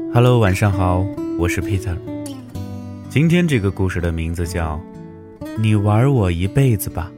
Hello， 晚上好，我是 Peter。今天这个故事的名字叫《你玩我一辈子吧》。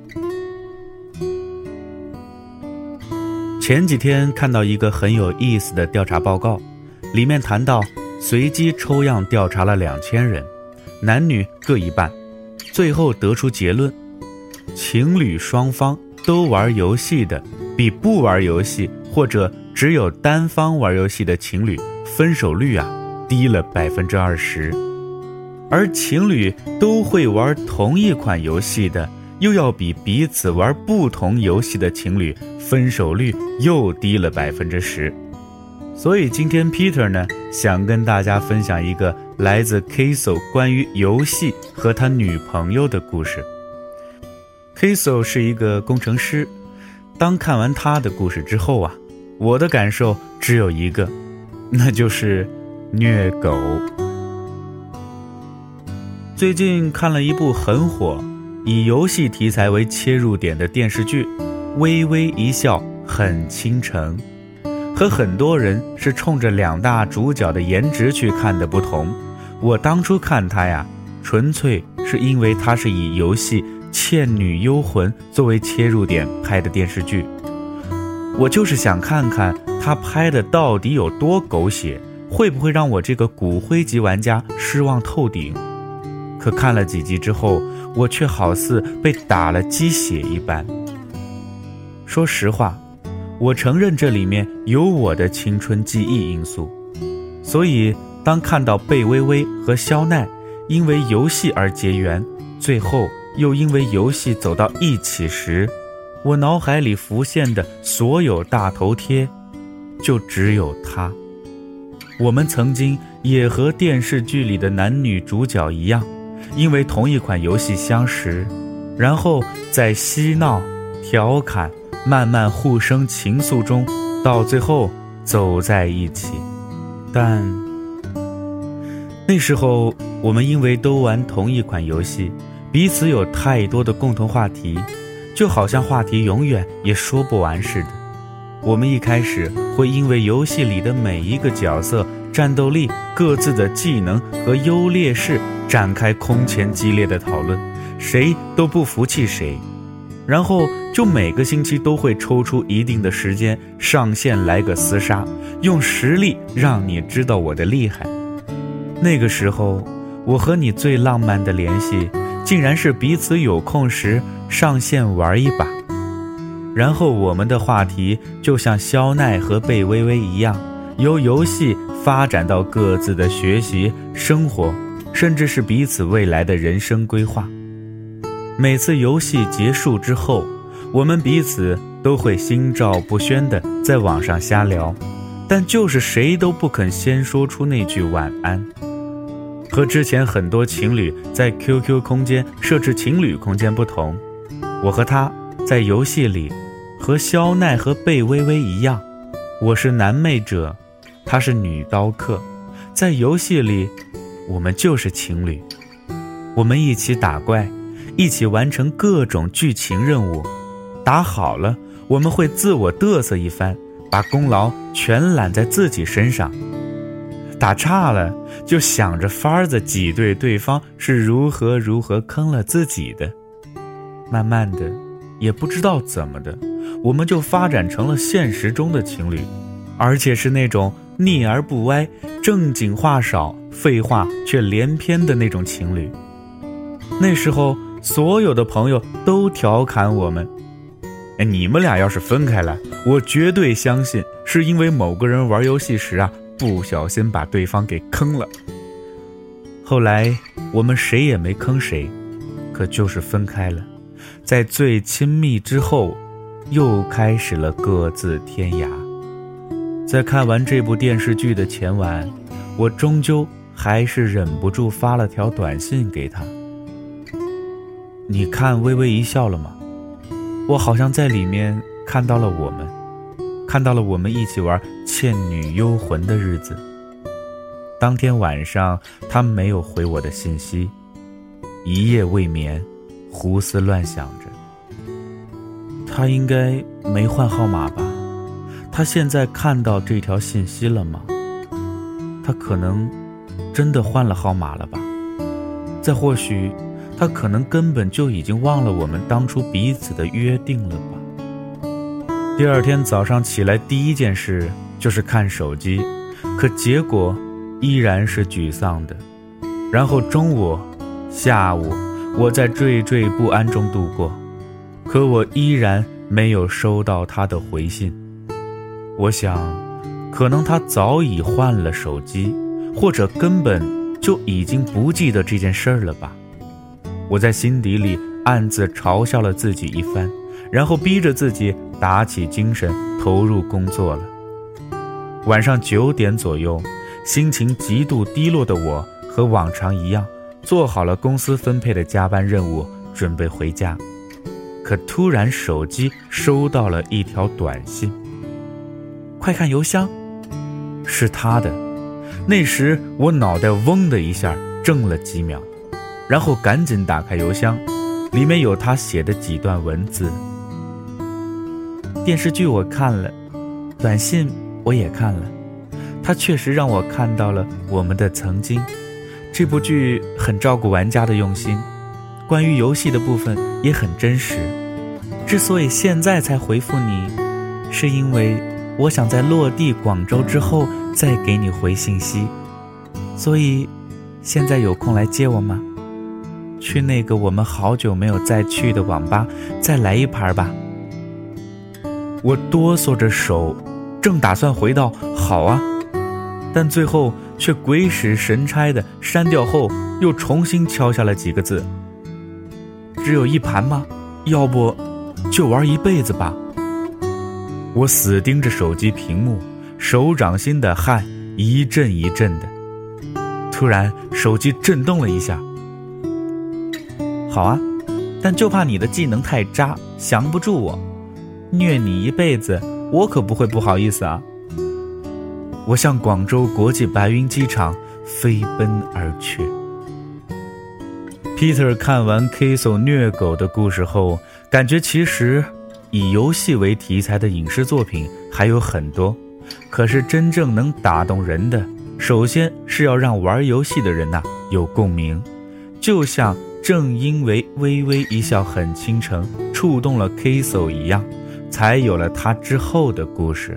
前几天看到一个很有意思的调查报告，里面谈到随机抽样调查了2000人，男女各一半，最后得出结论，情侣双方都玩游戏的比不玩游戏或者只有单方玩游戏的情侣分手率低了20%，而情侣都会玩同一款游戏的又要比彼此玩不同游戏的情侣分手率又低了10%。所以今天 Peter 呢，想跟大家分享一个来自 Kiso 关于游戏和他女朋友的故事。Kiso 是一个工程师，当看完他的故事之后我的感受只有一个，那就是虐狗。最近看了一部很火，以游戏题材为切入点的电视剧《微微一笑很倾城》，和很多人是冲着2大主角的颜值去看的不同，我当初看它纯粹是因为它是以游戏《倩女幽魂》作为切入点拍的电视剧，我就是想看看他拍的到底有多狗血，会不会让我这个骨灰级玩家失望透顶。可看了几集之后，我却好似被打了鸡血一般。说实话，我承认这里面有我的青春记忆因素，所以当看到贝微微和肖奈因为游戏而结缘，最后又因为游戏走到一起时，我脑海里浮现的所有大头贴就只有他。我们曾经也和电视剧里的男女主角一样，因为同一款游戏相识，然后在嬉闹、调侃、慢慢互生情愫中，到最后走在一起。但那时候我们因为都玩同一款游戏，彼此有太多的共同话题，就好像话题永远也说不完似的。我们一开始会因为游戏里的每一个角色、战斗力、各自的技能和优劣势展开空前激烈的讨论，谁都不服气谁，然后就每个星期都会抽出一定的时间上线来个厮杀，用实力让你知道我的厉害。那个时候我和你最浪漫的联系竟然是彼此有空时上线玩一把，然后我们的话题就像肖奈和贝微微一样，由游戏发展到各自的学习、生活，甚至是彼此未来的人生规划。每次游戏结束之后，我们彼此都会心照不宣地在网上瞎聊，但就是谁都不肯先说出那句晚安。和之前很多情侣在 QQ 空间设置情侣空间不同，我和他在游戏里和肖奈和贝微微一样，我是男媚者，他是女刀客，在游戏里我们就是情侣。我们一起打怪，一起完成各种剧情任务，打好了我们会自我嘚瑟一番，把功劳全揽在自己身上，打差了就想着法子挤兑对方是如何坑了自己的。慢慢的也不知道怎么的，我们就发展成了现实中的情侣，而且是那种逆而不歪，正经话少，废话却连篇的那种情侣。那时候所有的朋友都调侃我们，你们俩要是分开了，我绝对相信是因为某个人玩游戏时不小心把对方给坑了。后来我们谁也没坑谁，可就是分开了，在最亲密之后又开始了各自天涯。在看完这部电视剧的前晚，我终究还是忍不住发了条短信给他。你看微微一笑了吗？我好像在里面看到了我们一起玩倩女幽魂的日子。当天晚上他没有回我的信息，一夜未眠，胡思乱想着。他应该没换号码吧？他现在看到这条信息了吗？ 他可能真的换了号码了吧？再或许他可能根本就已经忘了我们当初彼此的约定了吧。第二天早上起来，第一件事就是看手机，可结果依然是沮丧的。然后中午、下午，我在惴惴不安中度过，可我依然没有收到他的回信。我想，可能他早已换了手机，或者根本就已经不记得这件事儿了吧。我在心底里暗自嘲笑了自己一番，然后逼着自己打起精神投入工作了。晚上9点左右，心情极度低落的我和往常一样，做好了公司分配的加班任务，准备回家。可突然手机收到了一条短信，快看邮箱，是他的。那时我脑袋嗡的一下怔了几秒，然后赶紧打开邮箱，里面有他写的几段文字。电视剧我看了，短信我也看了，他确实让我看到了我们的曾经。这部剧很照顾玩家的用心，关于游戏的部分也很真实。之所以现在才回复你，是因为我想在落地广州之后再给你回信息，所以现在有空来接我吗？去那个我们好久没有再去的网吧再来一盘吧。我哆嗦着手，正打算回到好啊，但最后却鬼使神差的删掉后又重新敲下了几个字，只有一盘吗？要不就玩一辈子吧。我死盯着手机屏幕，手掌心的汗一阵一阵的。突然手机震动了一下。好啊，但就怕你的技能太渣，降不住我，虐你一辈子我可不会不好意思啊。我向广州国际白云机场飞奔而去。Peter 看完 Kiso 虐狗的故事后，感觉其实以游戏为题材的影视作品还有很多，可是真正能打动人的，首先是要让玩游戏的人有共鸣。就像正因为微微一笑很倾城触动了 Kiso 一样，才有了他之后的故事。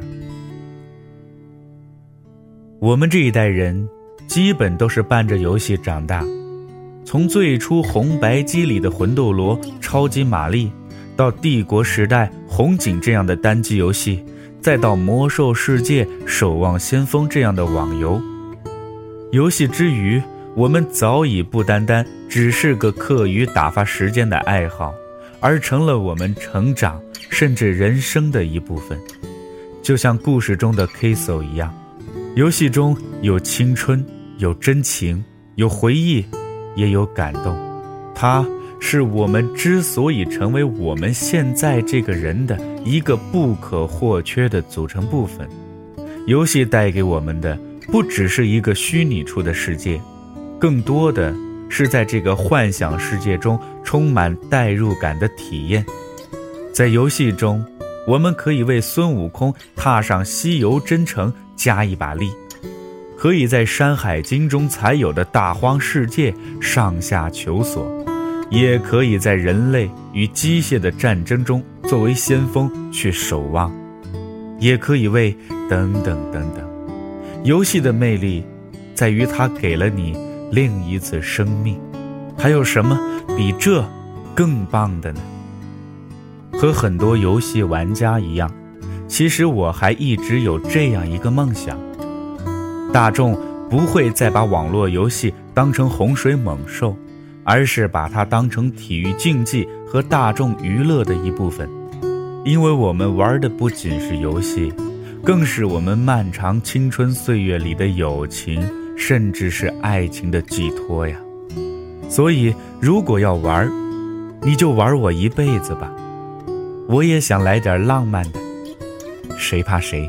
我们这一代人基本都是伴着游戏长大，从最初红白机里的魂斗罗、超级玛丽，到帝国时代红警这样的单机游戏，再到魔兽世界、守望先锋这样的网游。游戏之余，我们早已不单单只是个课余打发时间的爱好，而成了我们成长甚至人生的一部分。就像故事中的 Kiso 一样，游戏中有青春，有真情，有回忆，也有感动。它是我们之所以成为我们现在这个人的一个不可或缺的组成部分。游戏带给我们的不只是一个虚拟出的世界，更多的是在这个幻想世界中充满代入感的体验。在游戏中，我们可以为孙悟空踏上西游真城加一把力，可以在山海经中才有的大荒世界上下求索，也可以在人类与机械的战争中作为先锋去守望，也可以为等等等等。游戏的魅力在于它给了你另一次生命，还有什么比这更棒的呢？和很多游戏玩家一样，其实我还一直有这样一个梦想，大众不会再把网络游戏当成洪水猛兽，而是把它当成体育竞技和大众娱乐的一部分。因为我们玩的不仅是游戏，更是我们漫长青春岁月里的友情，甚至是爱情的寄托呀。所以如果要玩，你就玩我一辈子吧。我也想来点浪漫的，谁怕谁。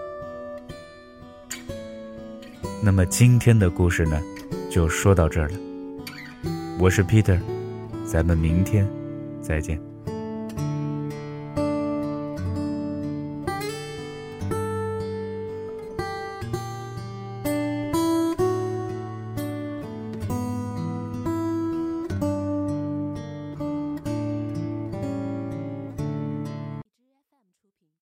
那么今天的故事呢，就说到这儿了。我是 Peter，咱们明天再见。